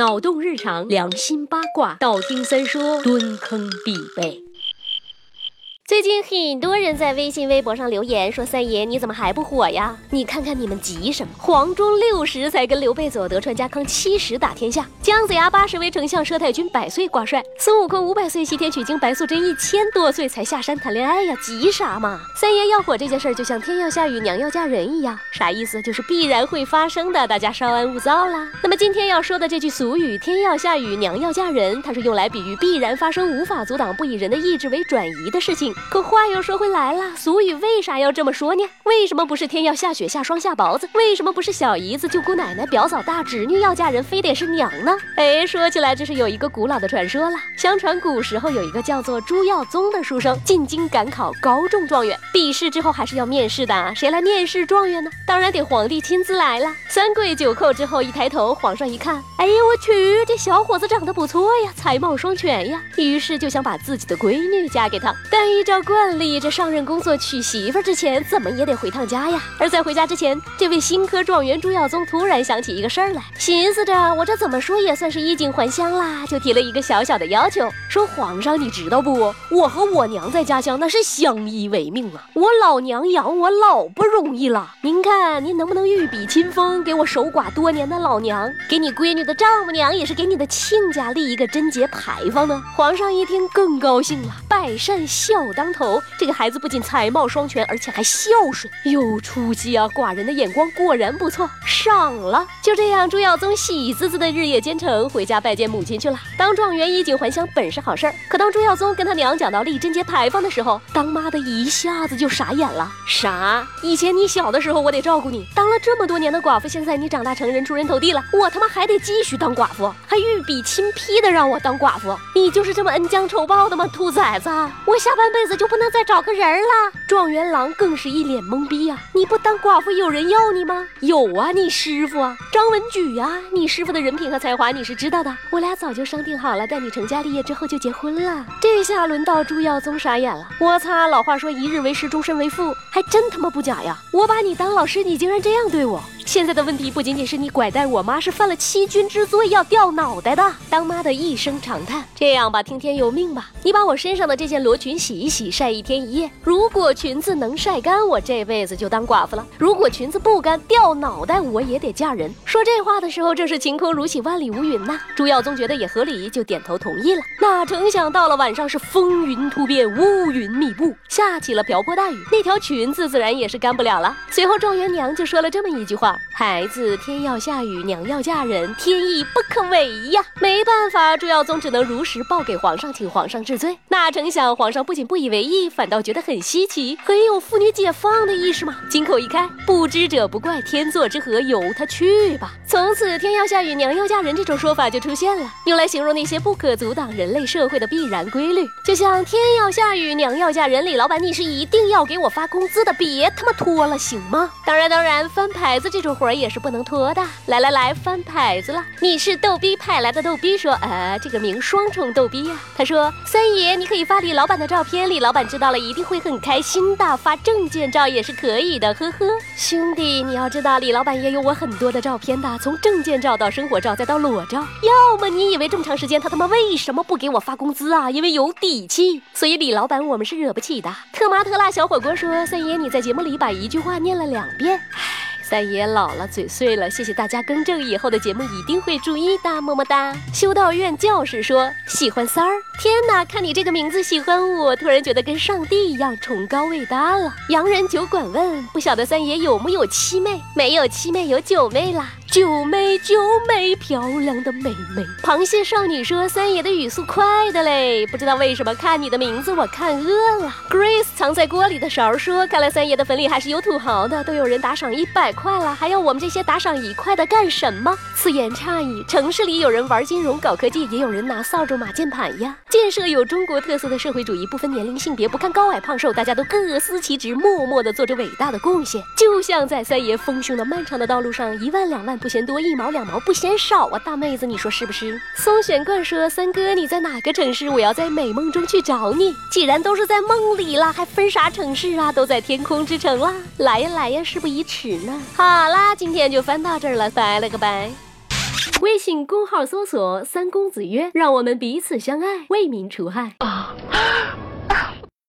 脑洞日常，良心八卦，道听三说，蹲坑必备。 最近很多人在微信微博上留言说，三爷你怎么还不火呀？你看看你们急什么？黄忠60才跟刘备走，德川家康70打天下，姜子牙80为丞相，佘太君100岁挂帅，孙悟空500岁西天取经，白素贞1000多岁才下山谈恋爱呀，急啥嘛？三爷要火这件事儿就像天要下雨娘要嫁人一样，啥意思？就是必然会发生的，大家稍安勿躁啦。那么今天要说的这句俗语天要下雨娘要嫁人，它是用来比喻必然发生无法阻挡不以人的意志为转移的事情。可话又说回来了，俗语为啥要这么说呢？为什么不是天要下雪下霜下雹子？为什么不是小姨子舅姑奶奶表嫂大侄女要嫁人非得是娘呢？说起来这是有一个古老的传说了。相传古时候有一个叫做朱耀宗的书生进京赶考，高中状元，笔试之后还是要面试的，谁来面试状元呢？当然得皇帝亲自来了。3跪9叩之后一抬头，皇上一看，哎呀我去，这小伙子长得不错呀，才貌双全呀，于是就想把自己的闺女嫁给他。但依照惯例，这上任工作娶媳妇之前怎么也得回趟家呀。而在回家之前，这位新科状元朱耀宗突然想起一个事儿来，寻思着我这怎么说也算是衣锦还乡啦，就提了一个小小的要求，说皇上你知道不，我和我娘在家乡那是相依为命啊，我老娘养我老不容易了，您看您能不能御笔亲封，给我守寡多年的老娘，给你闺女的丈母娘也是给你的亲家立一个贞节牌坊呢？皇上一听更高兴了，百善孝当头，这个孩子不仅才貌双全，而且还孝顺，有出息啊！寡人的眼光果然不错，赏了。就这样，朱耀宗喜滋滋的日夜兼程，回家拜见母亲去了。当状元衣锦还乡本是好事儿，可当朱耀宗跟他娘讲到立贞节牌坊的时候，当妈的一下子就傻眼了。啥？以前你小的时候我得照顾你，当了这么多年的寡妇，现在你长大成人出人头地了，我他妈还得继续当寡妇，还御笔亲批的让我当寡妇，你就是这么恩将仇报的吗？兔崽子，我下半辈子就不能再找个人了？状元郎更是一脸懵逼啊，你不当寡妇有人要你吗？有啊，你师傅啊，张文举啊，你师傅的人品和才华你是知道的，我俩早就商定好了，待你成家立业之后就结婚了。这下轮到朱耀宗傻眼了，我擦，老话说一日为师终身为父，还真他妈不假呀，我把你当老师，你竟然这样对我。现在的问题不仅仅是你拐带我妈，是犯了欺君之罪，要掉脑袋的。当妈的一声长叹，这样吧，听天由命吧，你把我身上的这件罗裙洗一洗，晒1天1夜，如果裙子能晒干，我这辈子就当寡妇了，如果裙子不干，掉脑袋我也得嫁人。说这话的时候正是晴空如洗，万里无云呐。朱耀宗觉得也合理，就点头同意了。哪成想到了晚上是风云突变，乌云密布，下起了瓢泼大雨，那条裙子自然也是干不了了。随后状元娘就说了这么一句话，孩子天要下雨娘要嫁人，天意不可违呀。没办法，朱耀宗只能如实报给皇上，请皇上治罪。哪成想皇上不仅不以为意，反倒觉得很稀奇，很有妇女解放的意识嘛。金口一开，不知者不怪，天作之合，由他去吧。从此天要下雨娘要嫁人这种说法就出现了，用来形容那些不可阻挡人类社会的必然规律。就像天要下雨娘要嫁人，李老板你是一定要给我发工资的，别他妈拖了行吗？当然翻牌子这种活也是不能拖的。来翻牌子了，你是逗逼派来的逗逼说，这个名双重逗逼呀。他说，三爷你可以发李老板的照片，李老板知道了一定会很开心的，发证件照也是可以的，呵呵。兄弟你要知道，李老板也有我很多的照片的，从证件照到生活照再到裸照。要么你以为这么长时间他他妈为什么不给我发工资啊？因为有底气，所以李老板我们是惹不起的。特麻特辣小火锅说，三爷你在节目里把一句话念了2遍。三爷老了，嘴碎了，谢谢大家更正，以后的节目一定会注意的，么么哒。修道院教士说，喜欢三儿，天哪，看你这个名字喜欢我，突然觉得跟上帝一样崇高伟大了。洋人酒馆问，不晓得三爷有木有妻妹？没有妻妹，有九妹啦。九妹，漂亮的妹妹。螃蟹少女说，三爷的语速快的嘞，不知道为什么看你的名字我看饿了。Grace 藏在锅里的勺说，看来三爷的粉里还是有土豪的，都有人打赏100块了，还要我们这些打赏1块的干什么？此言差矣，城市里有人玩金融搞科技，也有人拿扫帚码键盘呀。建设有中国特色的社会主义，不分年龄性别，不看高矮胖瘦，大家都各司其职，默默地做着伟大的贡献。就像在三爷丰胸的漫长的道路上，1万2万不嫌多，1毛2毛不嫌少啊，大妹子你说是不是？松玄冠说，三哥你在哪个城市？我要在美梦中去找你。既然都是在梦里啦，还分啥城市啊？都在天空之城啦，来呀，事不宜迟呢。好啦，今天就翻到这儿了，拜了个拜。 微信公号搜索“三公子曰”，让我们彼此相爱，为民除害。